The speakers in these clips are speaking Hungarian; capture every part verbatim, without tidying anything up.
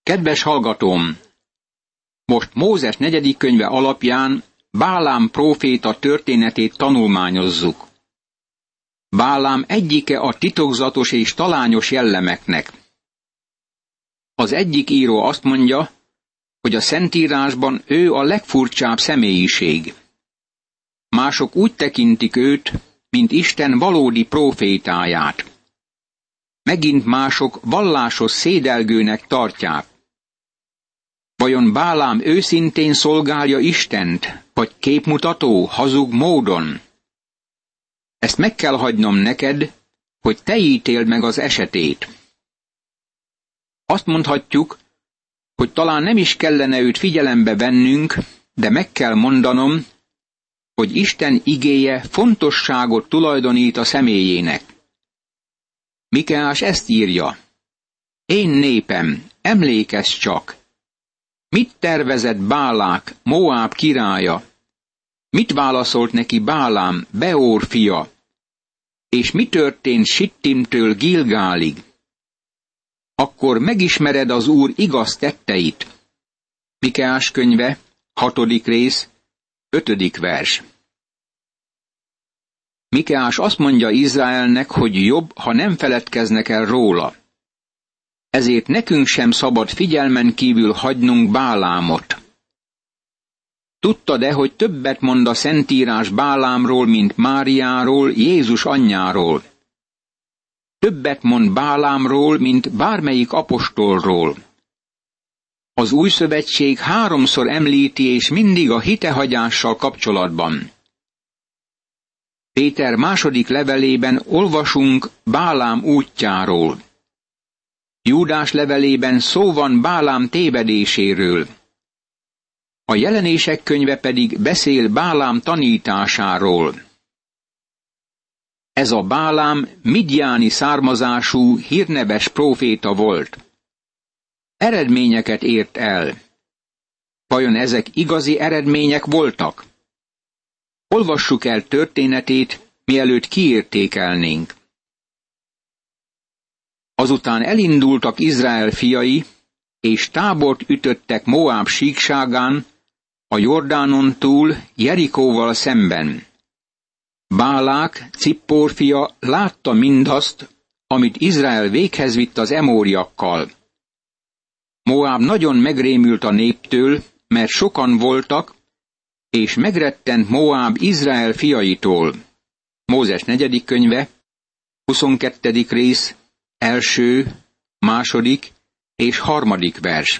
Kedves hallgatóm! Most Mózes negyedik könyve alapján Bálám próféta történetét tanulmányozzuk. Bálám egyike a titokzatos és talányos jellemeknek. Az egyik író azt mondja, hogy a Szentírásban ő a legfurcsább személyiség. Mások úgy tekintik őt, mint Isten valódi prófétáját. Megint mások vallásos szédelgőnek tartják. Vajon Bálám őszintén szolgálja Istent, vagy képmutató, hazug módon? Ezt meg kell hagynom neked, hogy te ítéld meg az esetét. Azt mondhatjuk, hogy talán nem is kellene őt figyelembe vennünk, de meg kell mondanom, hogy Isten igéje fontosságot tulajdonít a személyének. Mikeás ezt írja: Én népem, emlékezz csak! Mit tervezett Bálák, Moáb királya? Mit válaszolt neki Bálám, Beor fia? És mi történt Sittimtől Gilgálig? Akkor megismered az Úr igaz tetteit. Mikeás könyve, hatodik rész, ötödik vers. Mikeás azt mondja Izraelnek, hogy jobb, ha nem feledkeznek el róla. Ezért nekünk sem szabad figyelmen kívül hagynunk Bálámot. Tudtad-e, hogy többet mond a Szentírás Bálámról, mint Máriáról, Jézus anyjáról? Többet mond Bálámról, mint bármelyik apostolról. Az Új Szövetség háromszor említi, és mindig a hitehagyással kapcsolatban. Péter második levelében olvasunk Bálám útjáról. Júdás levelében szó van Bálám tévedéséről. A Jelenések könyve pedig beszél Bálám tanításáról. Ez a Bálám midjáni származású, hírneves próféta volt. Eredményeket ért el. Vajon ezek igazi eredmények voltak? Olvassuk el történetét, mielőtt kiértékelnénk. Azután elindultak Izrael fiai, és tábort ütöttek Moáb síkságán, a Jordánon túl, Jerikóval szemben. Bálák, Cippor fia látta mindazt, amit Izrael véghez vitt az emóriakkal. Moáb nagyon megrémült a néptől, mert sokan voltak, és megrettent Moáb Izrael fiaitól. Mózes negyedik könyve, huszonkettedik rész, első, második és harmadik vers.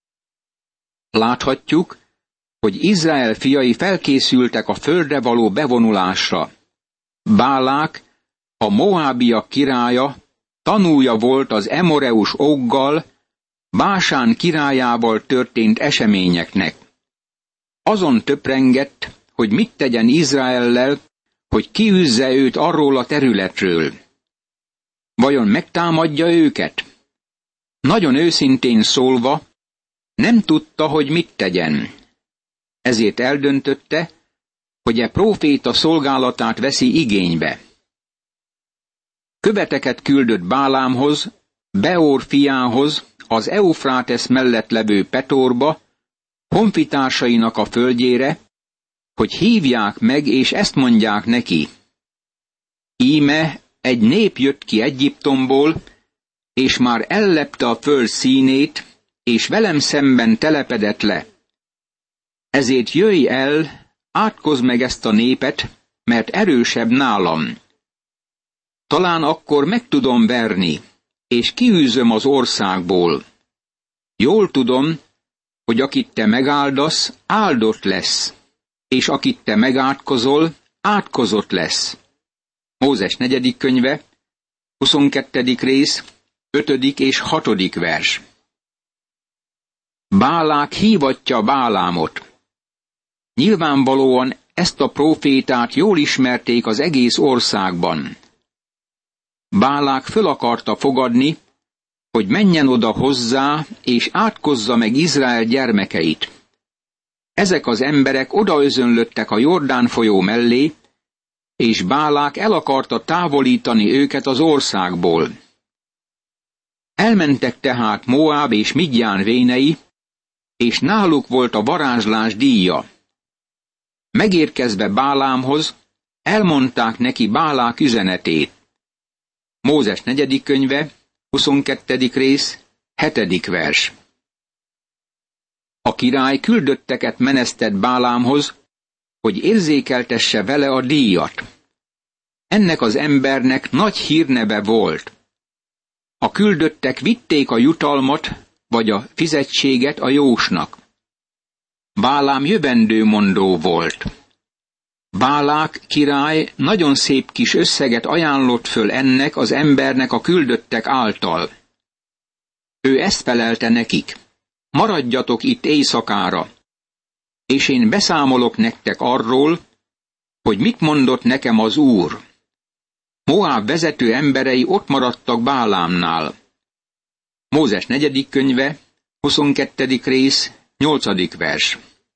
Láthatjuk, hogy Izrael fiai felkészültek a földre való bevonulásra. Bálák, a Moábiak királya, tanúja volt az Emoreus Óggal, Básán királyával történt eseményeknek. Azon töprengett, hogy mit tegyen Izraellel, hogy kiűzze őt arról a területről. Vajon megtámadja őket? Nagyon őszintén szólva, nem tudta, hogy mit tegyen. Ezért eldöntötte, hogy e próféta szolgálatát veszi igénybe. Követeket küldött Bálámhoz, Beor fiához, az Eufrátesz mellett levő Petorba, honfitársainak a földjére, hogy hívják meg, és ezt mondják neki: Íme egy nép jött ki Egyiptomból, és már ellepte a föld színét, és velem szemben telepedett le. Ezért jöjj el, átkozd meg ezt a népet, mert erősebb nálam. Talán akkor meg tudom verni, és kiűzöm az országból. Jól tudom, hogy akit te megáldasz, áldott lesz, és akit te megátkozol, átkozott lesz. Mózes negyedik könyve, huszonkettedik rész, ötödik és hatodik vers. Bálák hívatja Bálámot. Nyilvánvalóan ezt a prófétát jól ismerték az egész országban. Bálák föl akarta fogadni, hogy menjen oda hozzá, és átkozza meg Izrael gyermekeit. Ezek az emberek odaözönlöttek a Jordán folyó mellé, és Bálák el akarta távolítani őket az országból. Elmentek tehát Moáb és Midján vénei, és náluk volt a varázslás díja. Megérkezve Bálámhoz, elmondták neki Bálák üzenetét. Mózes negyedik könyve, huszonkettedik rész, hetedik vers. A király küldötteket menesztett Bálámhoz, hogy érzékeltesse vele a díjat. Ennek az embernek nagy hírneve volt. A küldöttek vitték a jutalmat, vagy a fizetséget a jósnak. Bálám jövendőmondó volt. Bálák király nagyon szép kis összeget ajánlott föl ennek az embernek a küldöttek által. Ő ezt felelte nekik: maradjatok itt éjszakára, és én beszámolok nektek arról, hogy mit mondott nekem az Úr. Moáb vezető emberei ott maradtak Bálámnál. Mózes negyedik könyve, huszonkettedik rész, nyolcadik vers.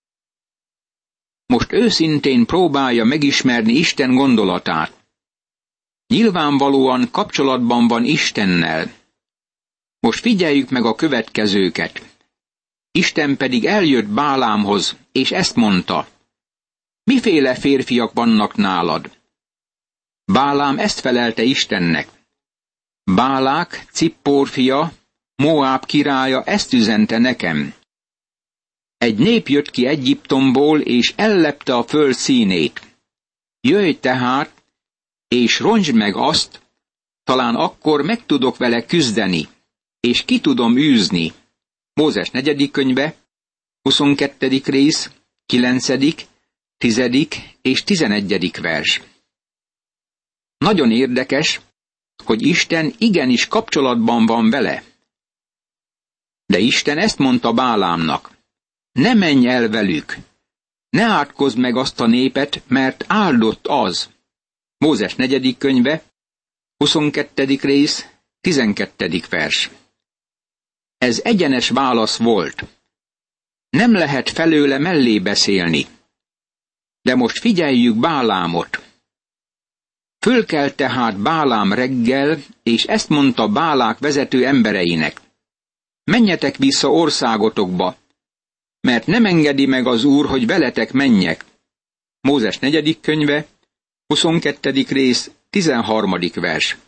Most őszintén próbálja megismerni Isten gondolatát. Nyilvánvalóan kapcsolatban van Istennel. Most figyeljük meg a következőket. Isten pedig eljött Bálámhoz, és ezt mondta: miféle férfiak vannak nálad? Bálám ezt felelte Istennek: Bálák, Cippór fia, Moáb királya ezt üzente nekem. Egy nép jött ki Egyiptomból, és ellepte a föld színét. Jöjj tehát, és roncsd meg azt, talán akkor meg tudok vele küzdeni, és ki tudom űzni. Mózes negyedik könyve, huszonkettedik rész, kilencedik, tizedik és tizenegyedik vers. Nagyon érdekes, hogy Isten igenis kapcsolatban van vele. De Isten ezt mondta Bálámnak: ne menj el velük, ne átkozd meg azt a népet, mert áldott az. Mózes negyedik könyve, huszonkettedik rész, tizenkettedik vers. Ez egyenes válasz volt. Nem lehet felőle mellé beszélni. De most figyeljük Bálámot. Fölkelt tehát Bálám reggel, és ezt mondta Bálák vezető embereinek: menjetek vissza országotokba, mert nem engedi meg az Úr, hogy veletek menjek. Mózes negyedik könyve, huszonkettedik rész, tizenharmadik vers.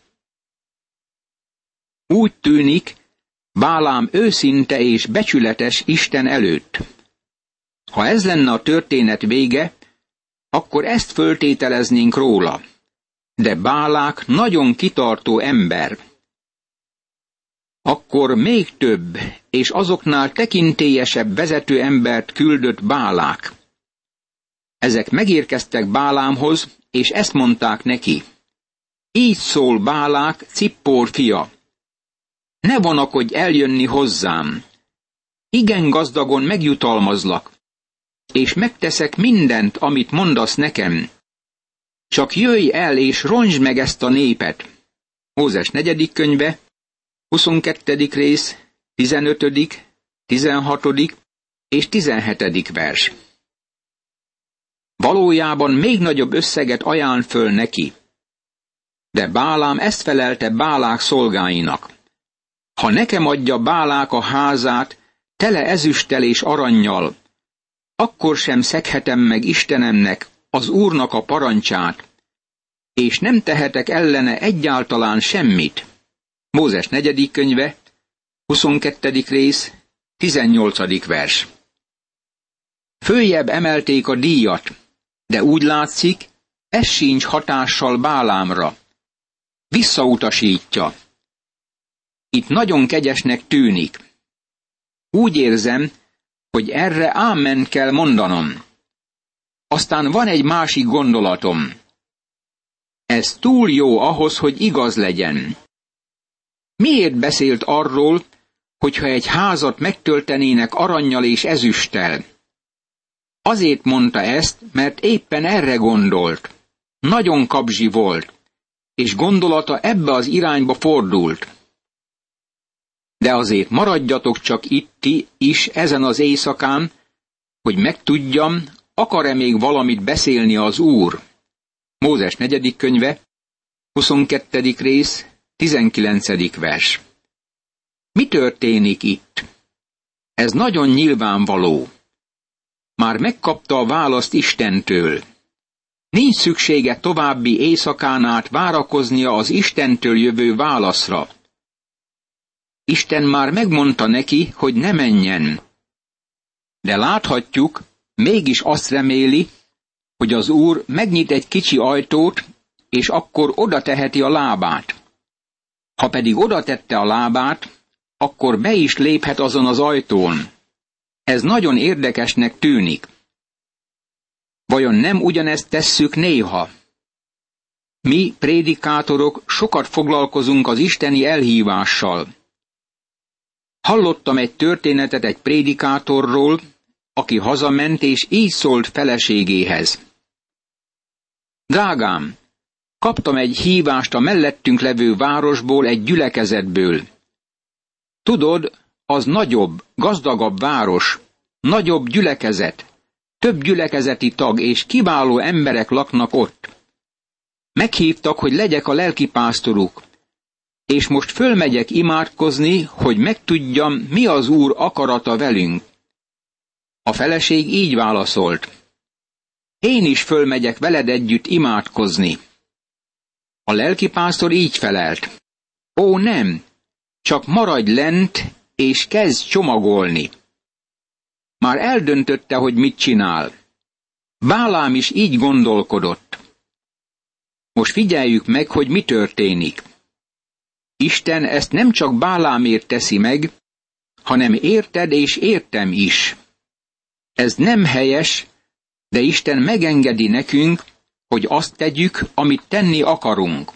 Úgy tűnik, Bálám őszinte és becsületes Isten előtt. Ha ez lenne a történet vége, akkor ezt föltételeznénk róla. De Bálák nagyon kitartó ember. Akkor még több, és azoknál tekintélyesebb vezető embert küldött Bálák. Ezek megérkeztek Bálámhoz, és ezt mondták neki: így szól Bálák, Cippór fia: ne vonakodj eljönni hozzám. Igen gazdagon megjutalmazlak, és megteszek mindent, amit mondasz nekem. Csak jöjj el, és roncsd meg ezt a népet. Mózes negyedik könyve, huszonkettedik rész, tizenötödik, tizenhatodik és tizenhetedik vers. Valójában még nagyobb összeget ajánl föl neki. De Bálám ezt felelte Bálák szolgáinak: ha nekem adja Bálák a házát tele ezüsttel és arannyal, akkor sem szeghetem meg Istenemnek, az Úrnak a parancsát, és nem tehetek ellene egyáltalán semmit. Mózes negyedik könyve, huszonkettedik rész, tizennyolcadik vers. Följebb emelték a díjat, de úgy látszik, ez sincs hatással Bálámra. Visszautasítja. Itt nagyon kegyesnek tűnik. Úgy érzem, hogy erre ámen kell mondanom. Aztán van egy másik gondolatom. Ez túl jó ahhoz, hogy igaz legyen. Miért beszélt arról, hogyha egy házat megtöltenének arannyal és ezüsttel? Azért mondta ezt, mert éppen erre gondolt. Nagyon kapzsi volt, és gondolata ebbe az irányba fordult. De azért maradjatok csak itt ti is ezen az éjszakán, hogy megtudjam, akar-e még valamit beszélni az Úr. Mózes negyedik könyve, huszonkettedik rész, tizenkilencedik vers. Mi történik itt? Ez nagyon nyilvánvaló. Már megkapta a választ Istentől. Nincs szüksége további éjszakán át várakoznia az Istentől jövő válaszra. Isten már megmondta neki, hogy ne menjen. De láthatjuk, mégis azt reméli, hogy az Úr megnyit egy kicsi ajtót, és akkor oda teheti a lábát. Ha pedig oda tette a lábát, akkor be is léphet azon az ajtón. Ez nagyon érdekesnek tűnik. Vajon nem ugyanezt tesszük néha? Mi, prédikátorok, sokat foglalkozunk az isteni elhívással. Hallottam egy történetet egy prédikátorról, aki hazament és így szólt feleségéhez. Drágám, kaptam egy hívást a mellettünk levő városból, egy gyülekezetből. Tudod, az nagyobb, gazdagabb város, nagyobb gyülekezet, több gyülekezeti tag és kiváló emberek laknak ott. Meghívtak, hogy legyek a lelkipásztoruk, és most fölmegyek imádkozni, hogy megtudjam, mi az Úr akarata velünk. A feleség így válaszolt. Én is fölmegyek veled együtt imádkozni. A lelkipásztor így felelt. Ó, nem, csak maradj lent, és kezdj csomagolni. Már eldöntötte, hogy mit csinál. Bálám is így gondolkodott. Most figyeljük meg, hogy mi történik. Isten ezt nem csak Bálámért teszi meg, hanem érted és értem is. Ez nem helyes, de Isten megengedi nekünk, hogy azt tegyük, amit tenni akarunk.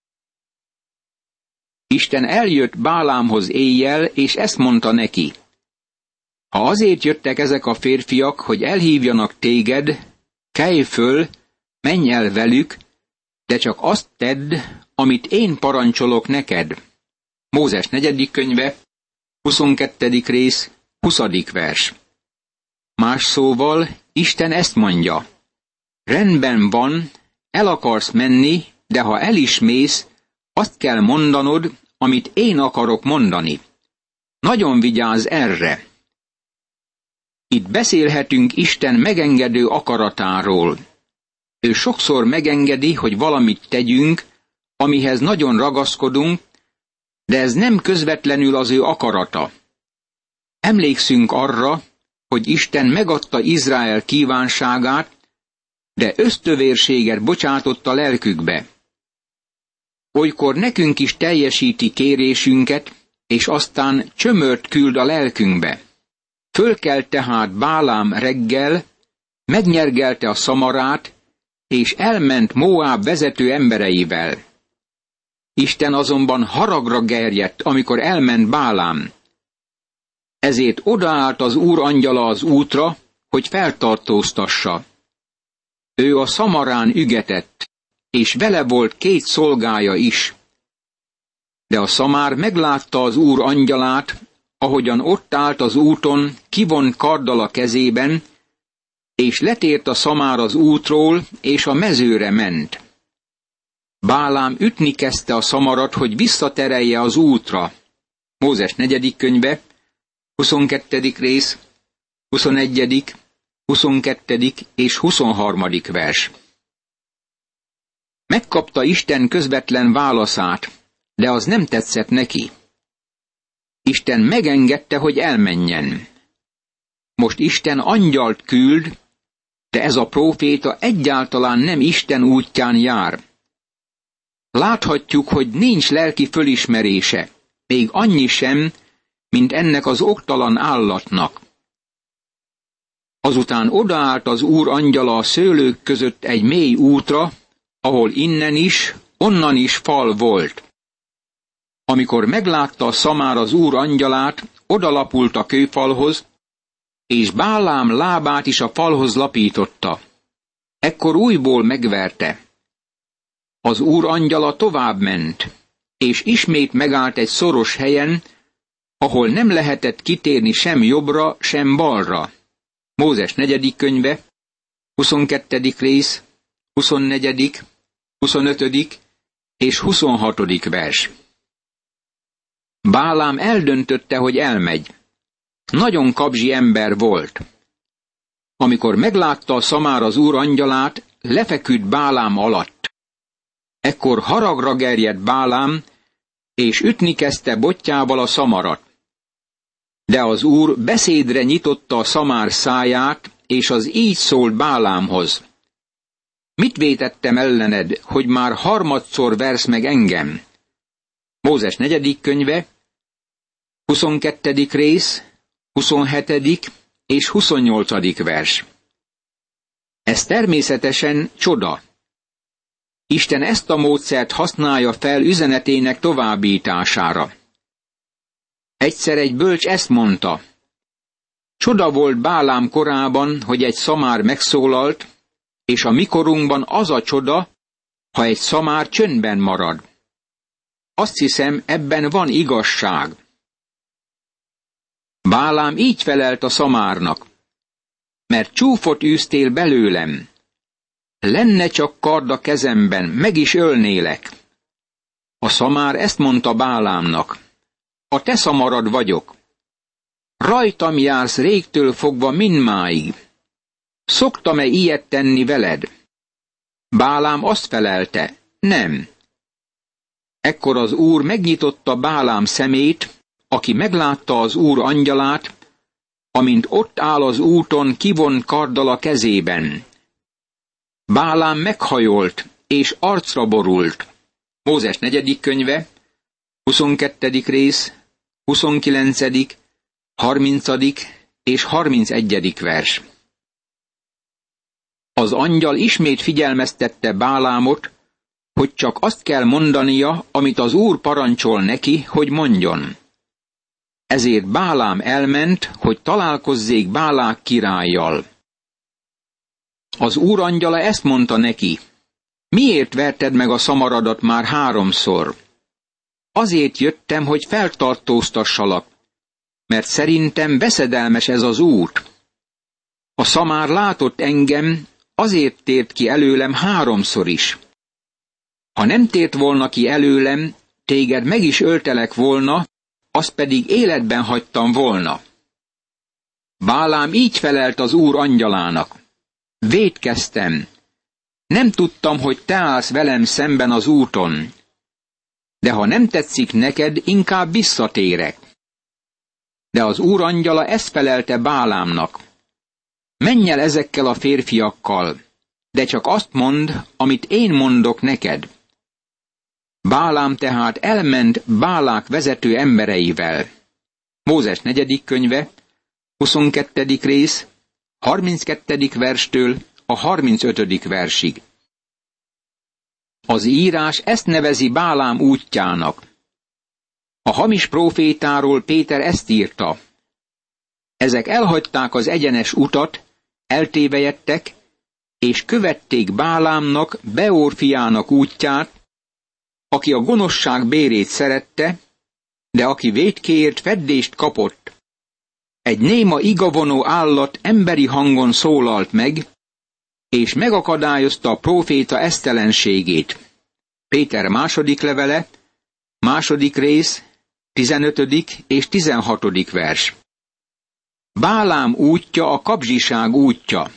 Isten eljött Bálámhoz éjjel, és ezt mondta neki. Ha azért jöttek ezek a férfiak, hogy elhívjanak téged, kelj föl, menj el velük, de csak azt tedd, amit én parancsolok neked. Mózes negyedik könyve, huszonkettedik rész, huszadik vers. Más szóval Isten ezt mondja. Rendben van, el akarsz menni, de ha el is mész, azt kell mondanod, amit én akarok mondani. Nagyon vigyázz erre. Itt beszélhetünk Isten megengedő akaratáról. Ő sokszor megengedi, hogy valamit tegyünk, amihez nagyon ragaszkodunk, de ez nem közvetlenül az ő akarata. Emlékszünk arra, hogy Isten megadta Izrael kívánságát, de ösztövérséget bocsátott a lelkükbe. Olykor nekünk is teljesíti kérésünket, és aztán csömört küld a lelkünkbe. Fölkelt tehát Bálám reggel, megnyergelte a szamarát, és elment Móáb vezető embereivel. Isten azonban haragra gerjedt, amikor elment Bálám. Ezért odaállt az Úr angyala az útra, hogy feltartóztassa. Ő a szamarán ügetett, és vele volt két szolgája is. De a szamár meglátta az Úr angyalát, ahogyan ott állt az úton, kivont karddal a kezében, és letért a szamár az útról, és a mezőre ment. Bálám ütni kezdte a szamarat, hogy visszaterelje az útra. Mózes negyedik könyve, huszonkettedik rész, huszonegyedik, huszonkettedik és huszonharmadik vers. Megkapta Isten közvetlen válaszát, de az nem tetszett neki. Isten megengedte, hogy elmenjen. Most Isten angyalt küld, de ez a próféta egyáltalán nem Isten útján jár. Láthatjuk, hogy nincs lelki fölismerése, még annyi sem, mint ennek az oktalan állatnak. Azután odaállt az Úr angyala a szőlők között egy mély útra, ahol innen is, onnan is fal volt. Amikor meglátta a szamár az Úr angyalát, odalapult a kőfalhoz, és Bálám lábát is a falhoz lapította. Ekkor újból megverte. Az Úr angyala tovább ment, és ismét megállt egy szoros helyen, ahol nem lehetett kitérni sem jobbra, sem balra. Mózes negyedik könyve, huszonkettedik rész, huszonnegyedik, huszonötödik és huszonhatodik vers. Bálám eldöntötte, hogy elmegy. Nagyon kabzsi ember volt. Amikor meglátta a szamár az Úr angyalát, lefeküdt Bálám alatt. Ekkor haragra gerjedt Bálám, és ütni kezdte bottyával a szamarat. De az Úr beszédre nyitotta a szamár száját, és az így szólt Bálámhoz: Mit vétettem ellened, hogy már harmadszor versz meg engem? Mózes negyedik könyve, huszonkettedik rész, huszonhetedik és huszonnyolcadik vers. Ez természetesen csoda. Isten ezt a módszert használja fel üzenetének továbbítására. Egyszer egy bölcs ezt mondta: Csoda volt Bálám korában, hogy egy szamár megszólalt, és a mikorunkban az a csoda, ha egy szamár csöndben marad. Azt hiszem, ebben van igazság. Bálám így felelt a szamárnak: Mert csúfot űztél belőlem. Lenne csak kard a kezemben, meg is ölnélek. A szamár ezt mondta Bálámnak: A te szamarad vagyok. Rajtam jársz régtől fogva mindmáig. Szoktam-e ilyet tenni veled? Bálám azt felelte: Nem. Ekkor az Úr megnyitotta Bálám szemét, aki meglátta az Úr angyalát, amint ott áll az úton kivont karddal a kezében. Bálám meghajolt, és arcra borult. Mózes negyedik könyve, huszonkettedik rész, huszonkilencedik, harmincadik és harmincegyedik vers. Az angyal ismét figyelmeztette Bálámot, hogy csak azt kell mondania, amit az Úr parancsol neki, hogy mondjon. Ezért Bálám elment, hogy találkozzék Bálák királlyal. Az Úr angyala ezt mondta neki: Miért verted meg a szamaradat már háromszor? Azért jöttem, hogy feltartóztassalak, mert szerintem veszedelmes ez az út. A szamár látott engem, azért tért ki előlem háromszor is. Ha nem tért volna ki előlem, téged meg is öltelek volna, azt pedig életben hagytam volna. Bálám így felelt az Úr angyalának: Vétkeztem. Nem tudtam, hogy te állsz velem szemben az úton. De ha nem tetszik neked, inkább visszatérek. De az Úr angyala ezt felelte Bálámnak: Menj el ezekkel a férfiakkal, de csak azt mondd, amit én mondok neked. Bálám tehát elment Bálák vezető embereivel. Mózes negyedik könyve, huszonkettedik rész, harminckettedik verstől a harmincötödik versig. Az írás ezt nevezi Bálám útjának. A hamis prófétáról Péter ezt írta: Ezek elhagyták az egyenes utat, eltévejedtek, és követték Bálámnak, Beor fiának útját, aki a gonoszság bérét szerette, de aki vétkéért feddést kapott. Egy néma igavonó állat emberi hangon szólalt meg, és megakadályozta a próféta esztelenségét. Péter második levele, második rész, tizenötödik és tizenhatodik vers. Bálám útja a kabzsiság útja.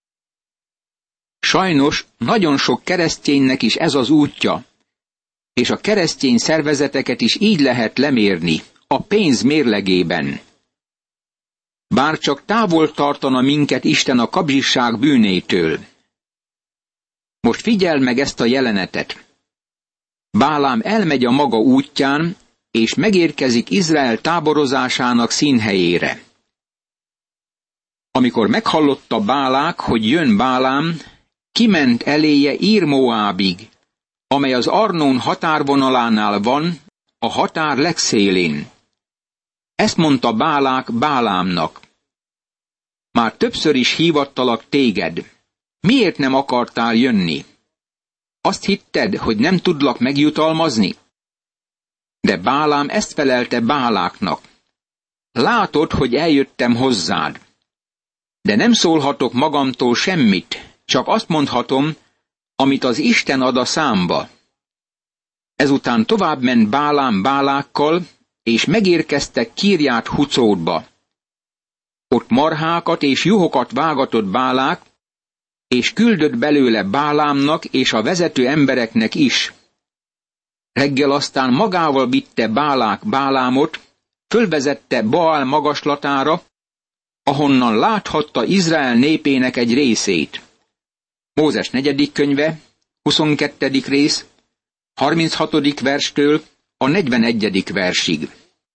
Sajnos nagyon sok kereszténynek is ez az útja, és a keresztény szervezeteket is így lehet lemérni, a pénz mérlegében. Bár csak távol tartana minket Isten a kabzsiság bűnétől. Most figyeld meg ezt a jelenetet. Bálám elmegy a maga útján, és megérkezik Izrael táborozásának színhelyére. Amikor meghallotta Bálák, hogy jön Bálám, kiment eléje Ír Moábig, amely az Arnón határvonalánál van, a határ legszélén. Ezt mondta Bálák Bálámnak: Már többször is hívattalak téged. Miért nem akartál jönni? Azt hitted, hogy nem tudlak megjutalmazni? De Bálám ezt felelte Báláknak: Látod, hogy eljöttem hozzád. De nem szólhatok magamtól semmit, csak azt mondhatom, amit az Isten ad a számba. Ezután tovább ment Bálám Bálákkal, és megérkeztek Kirját Hucódba. Ott marhákat és juhokat vágatott Bálák, és küldött belőle Bálámnak és a vezető embereknek is. Reggel aztán magával vitte Bálák Bálámot, fölvezette Baál magaslatára, ahonnan láthatta Izrael népének egy részét. Mózes negyedik könyve, huszonkettedik rész, harminchatodik verstől a negyvenegyedik versig.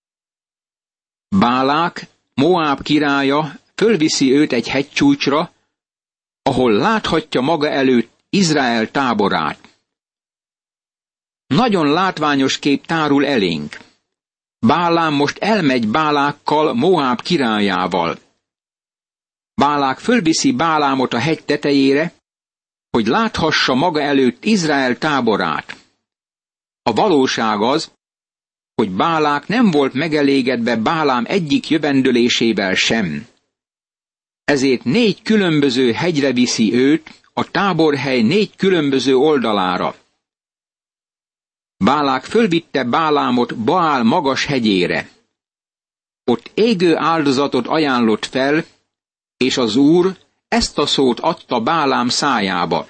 Bálák, Moáb királya fölviszi őt egy hegycsúcsra, ahol láthatja maga előtt Izrael táborát. Nagyon látványos kép tárul elénk. Bálám most elmegy Bálákkal, Moáb királyával. Bálák fölviszi Bálámot a hegy tetejére, hogy láthassa maga előtt Izrael táborát. A valóság az, hogy Bálák nem volt megelégedve Bálám egyik jövendölésével sem. Ezért négy különböző hegyre viszi őt, a táborhely négy különböző oldalára. Bálák fölvitte Bálámot Baál magas hegyére. Ott égő áldozatot ajánlott fel, és az Úr ezt a szót adta Bálám szájába.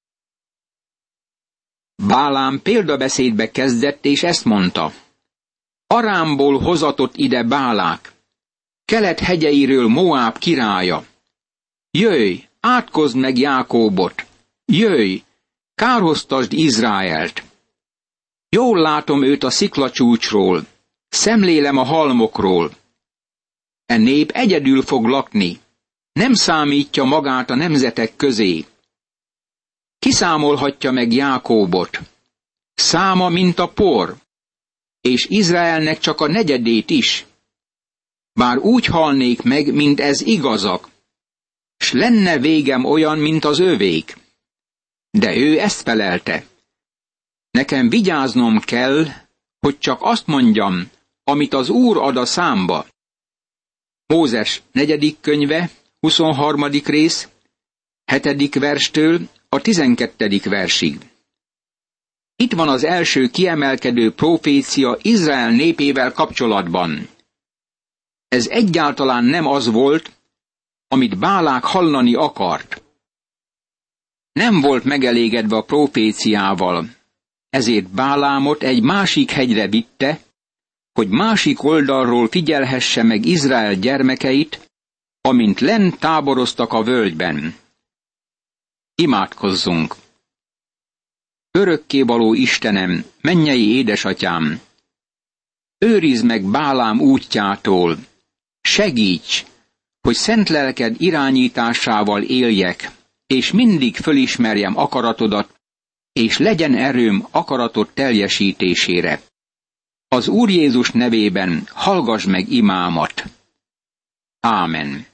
Bálám példabeszédbe kezdett, és ezt mondta: Arámból hozatott ide Bálák, kelet hegyeiről Moáb királya. Jöjj, átkozd meg Jákóbot, jöjj, kárhoztasd Izraelt. Jól látom őt a sziklacsúcsról, szemlélem a halmokról. E nép egyedül fog lakni, nem számítja magát a nemzetek közé. Kiszámolhatja meg Jákóbot, száma, mint a por, és Izraelnek csak a negyedét is. Bár úgy halnék meg, mint ez igazak, s lenne végem olyan, mint az övék. De ő ezt felelte: Nekem vigyáznom kell, hogy csak azt mondjam, amit az Úr ad a számba. Mózes negyedik könyve, huszonharmadik rész, hetedik verstől a tizenkettedik versig. Itt van az első kiemelkedő profécia Izrael népével kapcsolatban. Ez egyáltalán nem az volt, amit Bálák hallani akart. Nem volt megelégedve a proféciával, ezért Bálámot egy másik hegyre vitte, hogy másik oldalról figyelhesse meg Izrael gyermekeit, amint lent táboroztak a völgyben. Imádkozzunk! Örökkévaló Istenem, mennyei édesatyám! Őrizd meg Bálám útjától, segíts, hogy szent lelked irányításával éljek, és mindig fölismerjem akaratodat, és legyen erőm akaratod teljesítésére. Az Úr Jézus nevében hallgass meg imámat. Ámen.